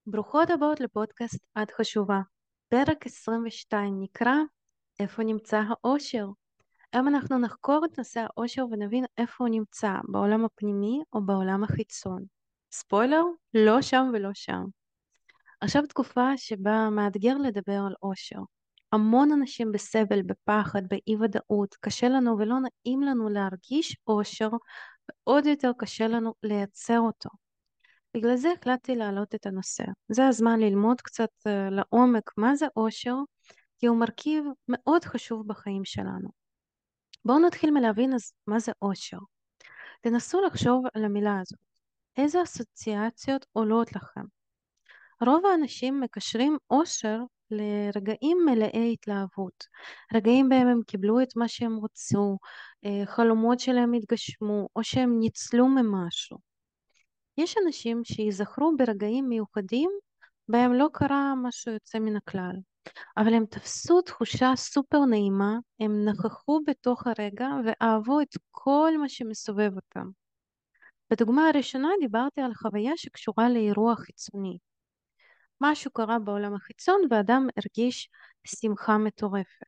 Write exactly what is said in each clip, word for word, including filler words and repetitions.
ברוכות הבאות לפודקאסט את חשובה. פרק עשרים ושתיים נקרא איפה נמצא האושר. היום אנחנו נחקור את נושא האושר ונבין איפה הוא נמצא, בעולם הפנימי או בעולם החיצון. ספוילר, לא שם ולא שם. עכשיו תקופה שבה מאתגר לדבר על אושר. המון אנשים בסבל, בפחד, באי ודאות, קשה לנו ולא נעים לנו להרגיש אושר, ועוד יותר קשה לנו לייצר אותו. בגלל זה החלטתי להעלות את הנושא. זה הזמן ללמוד קצת uh, לעומק מה זה אושר, כי הוא מרכיב מאוד חשוב בחיים שלנו. בואו נתחיל מלהבין אז מה זה אושר. תנסו לחשוב על המילה הזאת. איזה אסוציאציות עולות לכם? רוב האנשים מקשרים אושר לרגעים מלאי התלהבות. רגעים בהם הם קיבלו את מה שהם רצו, אה, חלומות שלהם התגשמו, או שהם ניצלו ממשהו. יש אנשים שיזכרו ברגעים מיוחדים בהם לא קרה משהו יוצא מן הכלל, אבל הם תפסו תחושה סופר נעימה, הם נכחו בתוך הרגע ואהבו את כל מה שמסובב אותם. בדוגמה הראשונה דיברתי על חוויה שקשורה לאירוע חיצוני. משהו קרה בעולם החיצון ואדם הרגיש שמחה מטורפת.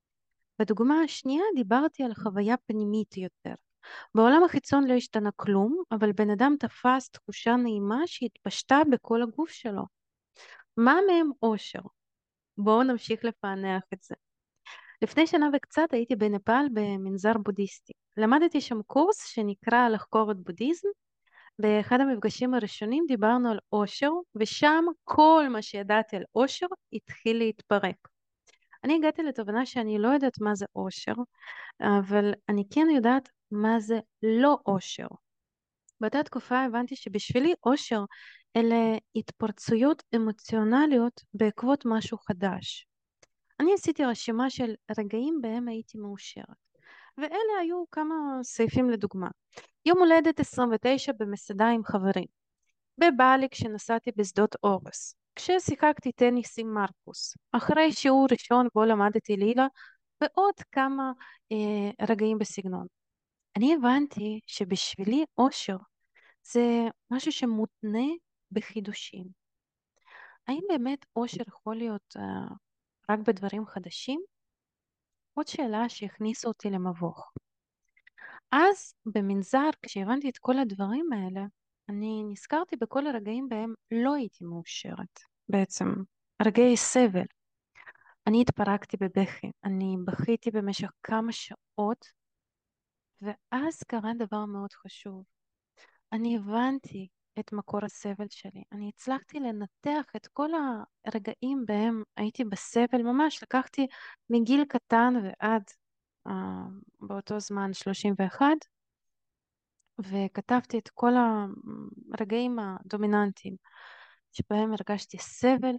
בדוגמה השנייה דיברתי על חוויה פנימית יותר. בעולם החיצון לא השתנה כלום, אבל בן אדם תפס תחושה נעימה שהתפשטה בכל הגוף שלו. מה מהם אושר? בואו נמשיך לפענח את זה. לפני שנה וקצת הייתי בנפאל במנזר בודהיסטי. למדתי שם קורס שנקרא לחקור את בודהיזם. באחד המפגשים הראשונים דיברנו על אושר, ושם כל מה שידעתי על אושר התחיל להתפרק. אני הגעתי לתובנה שאני לא יודעת מה זה אושר, אבל אני כן יודעת מה זה לא אושר. באותה תקופה הבנתי שבשבילי אושר אלה התפרצויות אמוציונליות בעקבות משהו חדש. אני עשיתי רשימה של רגעים בהם הייתי מאושרת, ואלה היו כמה סעיפים לדוגמה. יום הולדת עשרים ותשע במסעדה עם חברים, בבלי כשנסעתי בשדות אורס, כששיחקתי טניס עם מרקוס, אחרי שיעור ראשון בו למדתי לילה, ועוד כמה אה, רגעים בסגנון. אני הבנתי שבשבילי אושר זה משהו שמותנה בחידושים. האם באמת אושר יכול להיות uh, רק בדברים חדשים? עוד שאלה שהכניסה אותי למבוך. אז במנזר, כשהבנתי את כל הדברים האלה, אני נזכרתי בכל הרגעים בהם לא הייתי מאושרת. בעצם, רגעי סבל. אני התפרקתי בבכי, אני בכיתי במשך כמה שעות, ואז קרה דבר מאוד חשוב. אני הבנתי את מקור הסבל שלי. אני הצלחתי לנתח את כל הרגעים בהם הייתי בסבל, ממש לקחתי מגיל קטן ועד uh, באותו זמן שלושים ואחת, וכתבתי את כל הרגעים הדומיננטיים שבהם הרגשתי סבל,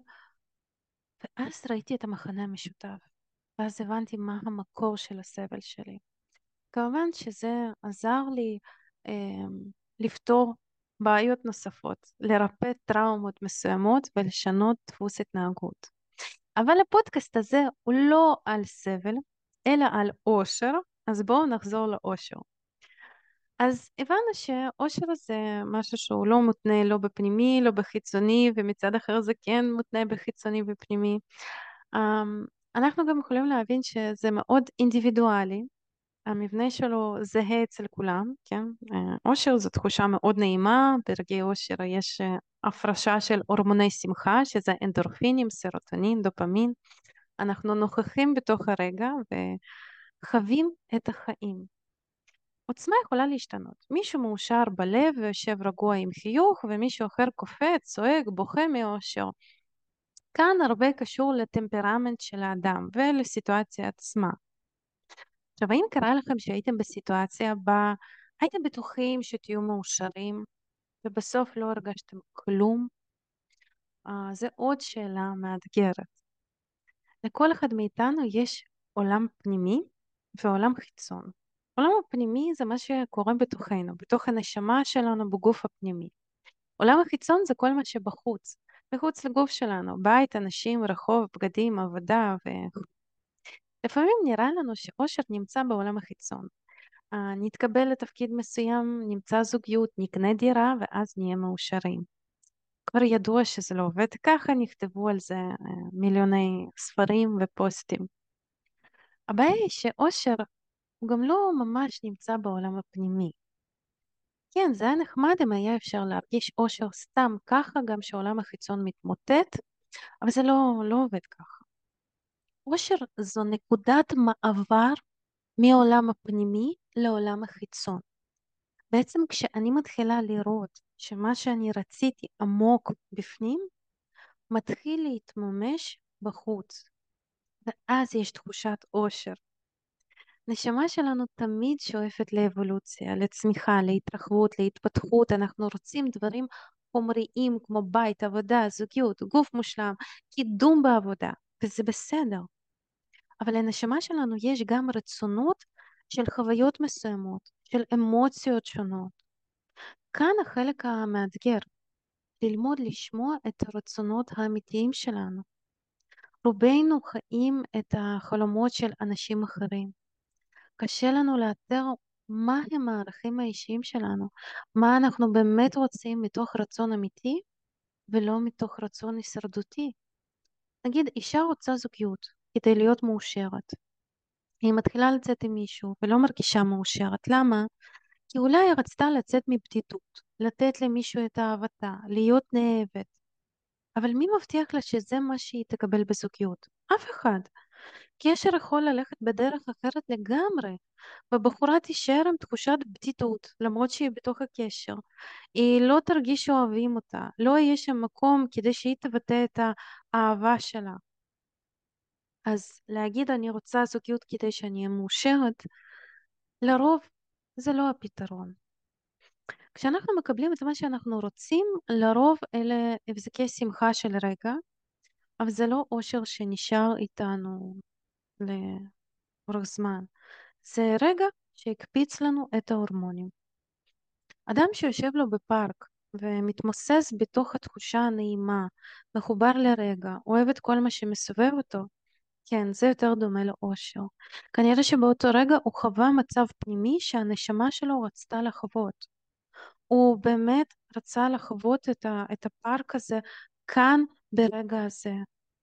ואז ראיתי את המחנה המשותף, ואז הבנתי מה המקור של הסבל שלי. כמובן שזה עזר לי אה, לפתור בעיות נוספות, לרפא טראומות מסוימות ולשנות דפוס התנהגות. אבל הפודקאסט הזה הוא לא על סבל, אלא על אושר, אז בואו נחזור לאושר. אז הבנו שאושר זה משהו שהוא לא מותנה לא בפנימי, לא בחיצוני, ומצד אחר זה כן מותנה בחיצוני ופנימי. אמ, אנחנו גם יכולים להבין שזה מאוד אינדיבידואלי, המבנה שלו זהה אצל כולם, כן? אה, אושר זו תחושה מאוד נעימה, ברגעי אושר יש אה, הפרשה של הורמוני שמחה, שזה אנדורפינים, סרוטונין, דופמין. אנחנו נוכחים בתוך הרגע וחווים את החיים. עוצמה יכולה להשתנות. מישהו מאושר בלב ויושב רגוע עם חיוך, ומישהו אחר קופץ, צועק, בוכה מאושר. כאן הרבה קשור לטמפרמנט של האדם ולסיטואציה עצמה. עכשיו, האם קרה לכם שהייתם בסיטואציה בה הייתם בטוחים שתהיו מאושרים, ובסוף לא הרגשתם כלום? אה, זה עוד שאלה מאתגרת. לכל אחד מאיתנו יש עולם פנימי ועולם חיצון. עולם הפנימי זה מה שקורה בתוכנו, בתוך הנשמה שלנו בגוף הפנימי. עולם החיצון זה כל מה שבחוץ, מחוץ לגוף שלנו, בית, אנשים, רחוב, בגדים, עבודה ו... לפעמים נראה לנו שאושר נמצא בעולם החיצון. אה, נתקבל לתפקיד מסוים, נמצא זוגיות, נקנה דירה ואז נהיה מאושרים. כבר ידוע שזה לא עובד ככה, נכתבו על זה אה, מיליוני ספרים ופוסטים. הבעיה היא שאושר הוא גם לא ממש נמצא בעולם הפנימי. כן, זה היה נחמד אם היה אפשר להרגיש אושר סתם ככה, גם שהעולם החיצון מתמוטט, אבל זה לא, לא עובד ככה. אושר זו נקודת מעבר מהעולם הפנימי לעולם החיצון. בעצם כשאני מתחילה לראות שמה שאני רציתי עמוק בפנים, מתחיל להתממש בחוץ, ואז יש תחושת אושר. נשמה שלנו תמיד שואפת לאבולוציה, לצמיחה, להתרחבות, להתפתחות. אנחנו רוצים דברים חומריים כמו בית, עבודה, זוגיות, גוף מושלם, קידום בעבודה, וזה בסדר. אבל לנשמה שלנו יש גם רצונות של חוויות מסוימות, של אמוציות שונות. כאן החלק המאתגר, ללמוד לשמוע את הרצונות האמיתיים שלנו. רובנו חיים את החלומות של אנשים אחרים. קשה לנו לאתר מה הם הערכים האישיים שלנו, מה אנחנו באמת רוצים מתוך רצון אמיתי ולא מתוך רצון הישרדותי. נגיד, אישה רוצה זוגיות כדי להיות מאושרת. היא מתחילה לצאת עם מישהו ולא מרגישה מאושרת. למה? כי אולי היא רצתה לצאת מבדידות, לתת למישהו את אהבתה, להיות נאהבת. אבל מי מבטיח לה שזה מה שהיא תקבל בזוגיות? אף אחד. קשר יכול ללכת בדרך אחרת לגמרי, ובחורה תישאר עם תחושת בדידות, למרות שהיא בתוך הקשר. היא לא תרגיש שאוהבים אותה, לא יהיה שם מקום כדי שהיא תבטא את האהבה שלה. אז להגיד אני רוצה זוגיות כדי שאני אהיה מאושרת, לרוב זה לא הפתרון. כשאנחנו מקבלים את מה שאנחנו רוצים, לרוב אלה הבזקי שמחה של רגע, אבל זה לא אושר שנשאר איתנו לאורך זמן. זה רגע שהקפיץ לנו את ההורמונים. אדם שיושב לו בפארק ומתמוסס בתוך התחושה הנעימה, מחובר לרגע, אוהב את כל מה שמסובב אותו, כן, זה יותר דומה לאושר. כנראה שבאותו רגע הוא חווה מצב פנימי שהנשמה שלו רצתה לחוות. הוא באמת רצה לחוות את, ה, את הפארק הזה כאן ברגע הזה.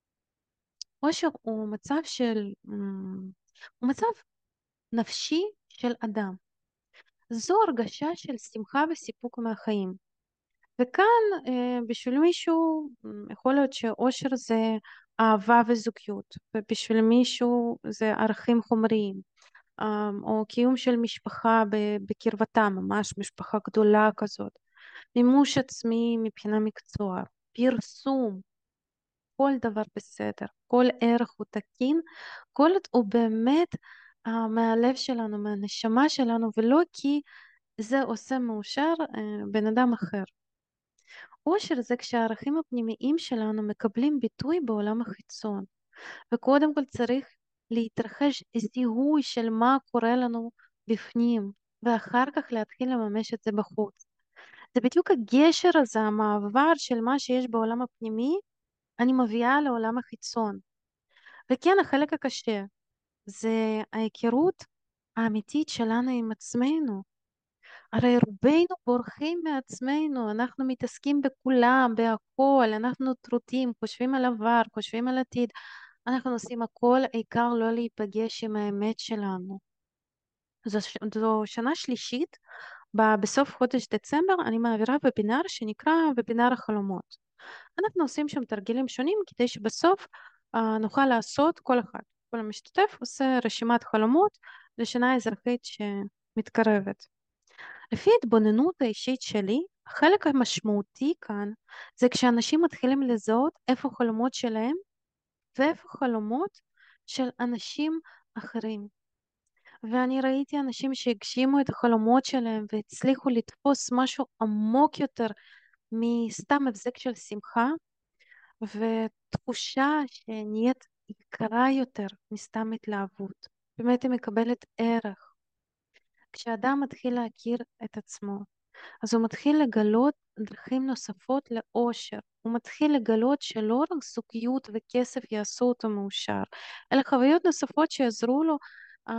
אושר הוא מצב של, אמ, הוא מצב נפשי של אדם. זו הרגשה של שמחה וסיפוק מהחיים. וכאן אה, בשביל מישהו אמ, יכול להיות שאושר זה אהבה וזוגיות, ובשביל מישהו זה ערכים חומריים, אמ, או קיום של משפחה ב- בקרבתם, ממש משפחה גדולה כזאת, מימוש עצמי מבחינה מקצוע, פרסום, כל דבר בסדר, כל ערך הוא תקין, כל עוד הוא באמת אה, מהלב שלנו, מהנשמה שלנו, ולא כי זה עושה מאושר אה, בן אדם אחר. אושר זה כשהערכים הפנימיים שלנו מקבלים ביטוי בעולם החיצון, וקודם כל צריך להתרחש זיהוי של מה קורה לנו בפנים, ואחר כך להתחיל לממש את זה בחוץ. זה בדיוק הגשר הזה, המעבר של מה שיש בעולם הפנימי, אני מביאה לעולם החיצון. וכן, החלק הקשה זה ההיכרות האמיתית שלנו עם עצמנו. הרי רובנו בורחים מעצמנו, אנחנו מתעסקים בכולם, בהכל, אנחנו טרוטים, חושבים על עבר, חושבים על עתיד, אנחנו עושים הכל, העיקר לא להיפגש עם האמת שלנו. זו, ש- זו שנה שלישית, ב- בסוף חודש דצמבר אני מעבירה וובינר שנקרא וובינר החלומות. אנחנו עושים שם תרגילים שונים כדי שבסוף אה, נוכל לעשות כל אחד. כל המשתתף עושה רשימת חלומות לשנה האזרחית שמתקרבת. לפי התבוננות האישית שלי, החלק המשמעותי כאן זה כשאנשים מתחילים לזהות איפה חלומות שלהם ואיפה חלומות של אנשים אחרים. ואני ראיתי אנשים שהגשימו את החלומות שלהם והצליחו לתפוס משהו עמוק יותר מסתם הבזק של שמחה ותחושה שנהיית יקרה יותר מסתם התלהבות. באמת היא מקבלת ערך. כשאדם מתחיל להכיר את עצמו, אז הוא מתחיל לגלות דרכים נוספות לאושר. הוא מתחיל לגלות שלא רק זוגיות וכסף יעשו אותו מאושר, אלא חוויות נוספות שיעזרו לו um,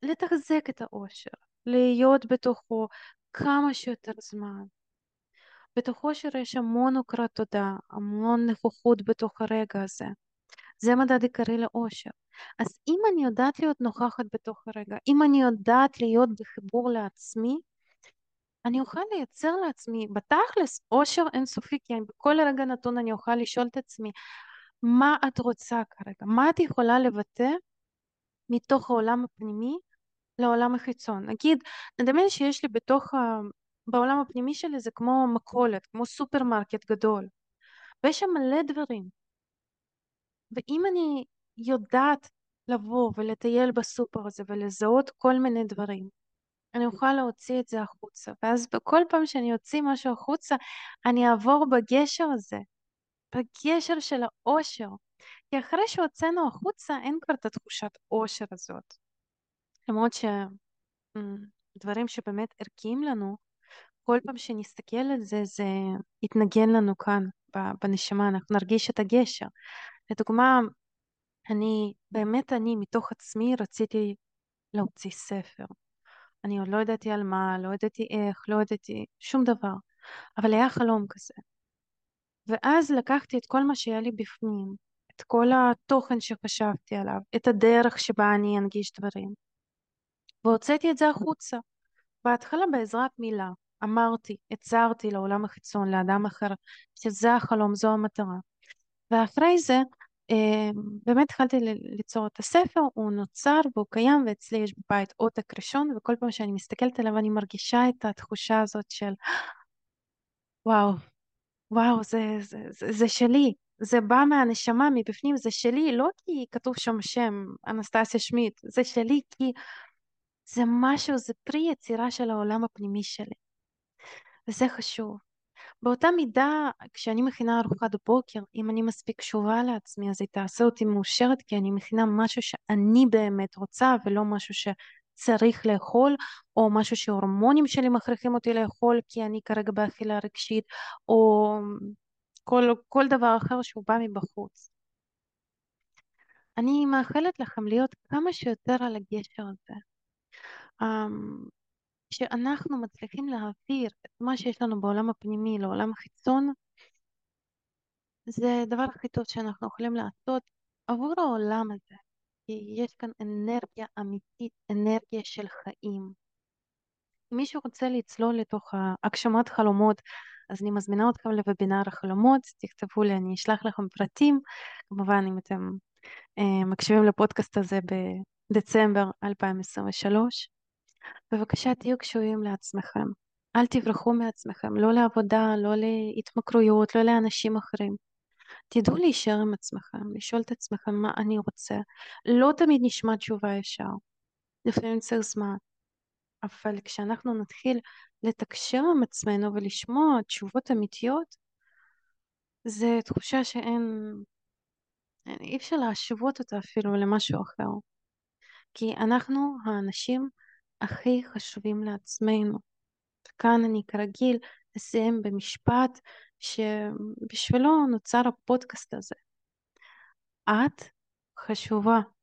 לתחזק את האושר, להיות בתוכו כמה שיותר זמן. בתוך אושר יש המון הוקרת תודה, המון נוכחות בתוך הרגע הזה. זה מדד עיקרי לאושר. אז אם אני יודעת להיות נוכחת בתוך הרגע, אם אני יודעת להיות בחיבור לעצמי, אני אוכל לייצר לעצמי בתכלס אושר אינסופי, כי בכל רגע נתון אני אוכל לשאול את עצמי, מה את רוצה כרגע? מה את יכולה לבטא מתוך העולם הפנימי לעולם החיצון? נגיד, נדמיין שיש לי בתוך, ה... בעולם הפנימי שלי זה כמו מכולת, כמו סופרמרקט גדול, ויש שם מלא דברים. ואם אני יודעת לבוא ולטייל בסופר הזה ולזהות כל מיני דברים, אני אוכל להוציא את זה החוצה. ואז בכל פעם שאני אוציא משהו החוצה, אני אעבור בגשר הזה, בגשר של האושר. כי אחרי שהוצאנו החוצה, אין כבר את התחושת אושר הזאת. למרות שדברים שבאמת ערכיים לנו, כל פעם שנסתכל על זה, זה יתנגן לנו כאן בנשמה, אנחנו נרגיש את הגשר. לדוגמה, אני, באמת אני, מתוך עצמי, רציתי להוציא ספר. אני עוד לא ידעתי על מה, לא ידעתי איך, לא ידעתי שום דבר. אבל היה חלום כזה. ואז לקחתי את כל מה שהיה לי בפנים, את כל התוכן שחשבתי עליו, את הדרך שבה אני אנגיש דברים, והוצאתי את זה החוצה. בהתחלה בעזרת מילה, אמרתי, הצהרתי לעולם החיצון, לאדם אחר, שזה החלום, זו המטרה. ואחרי זה, אה, באמת התחלתי ל- ליצור את הספר, הוא נוצר והוא קיים, ואצלי יש בבית עותק ראשון, וכל פעם שאני מסתכלת עליו אני מרגישה את התחושה הזאת של וואו, וואו, זה, זה, זה, זה שלי, זה בא מהנשמה, מבפנים, זה שלי, לא כי כתוב שם שם, אנסטסיה שמיט, זה שלי כי זה משהו, זה פרי יצירה של העולם הפנימי שלי, וזה חשוב. באותה מידה, כשאני מכינה ארוחת בוקר, אם אני מספיק קשובה לעצמי, אז היא תעשה אותי מאושרת, כי אני מכינה משהו שאני באמת רוצה, ולא משהו שצריך לאכול, או משהו שההורמונים שלי מכריחים אותי לאכול, כי אני כרגע באכילה רגשית, או כל, כל דבר אחר שהוא בא מבחוץ. אני מאחלת לכם להיות כמה שיותר על הגשר הזה. אמ, שאנחנו מצליחים להעביר את מה שיש לנו בעולם הפנימי לעולם החיצון, זה הדבר הכי טוב שאנחנו יכולים לעשות עבור העולם הזה. כי יש כאן אנרגיה אמיתית, אנרגיה של חיים. אם מישהו רוצה לצלול לתוך הגשמת חלומות, אז אני מזמינה אתכם לוובינר החלומות, תכתבו לי, אני אשלח לכם פרטים. כמובן, אם אתם אה, מקשיבים לפודקאסט הזה בדצמבר אלפיים עשרים ושלוש, בבקשה תהיו קשורים לעצמכם. אל תברחו מעצמכם, לא לעבודה, לא להתמכרויות, לא לאנשים אחרים. תדעו להישאר עם עצמכם, לשאול את עצמכם מה אני רוצה. לא תמיד נשמע תשובה ישר, לפעמים צריך זמן, אבל כשאנחנו נתחיל לתקשר עם עצמנו ולשמוע תשובות אמיתיות, זה תחושה שאין, אין- אי אפשר להשוות אותה אפילו למשהו אחר. כי אנחנו האנשים הכי חשובים לעצמנו. וכאן אני כרגיל אסיים במשפט שבשבילו נוצר הפודקאסט הזה. את חשובה.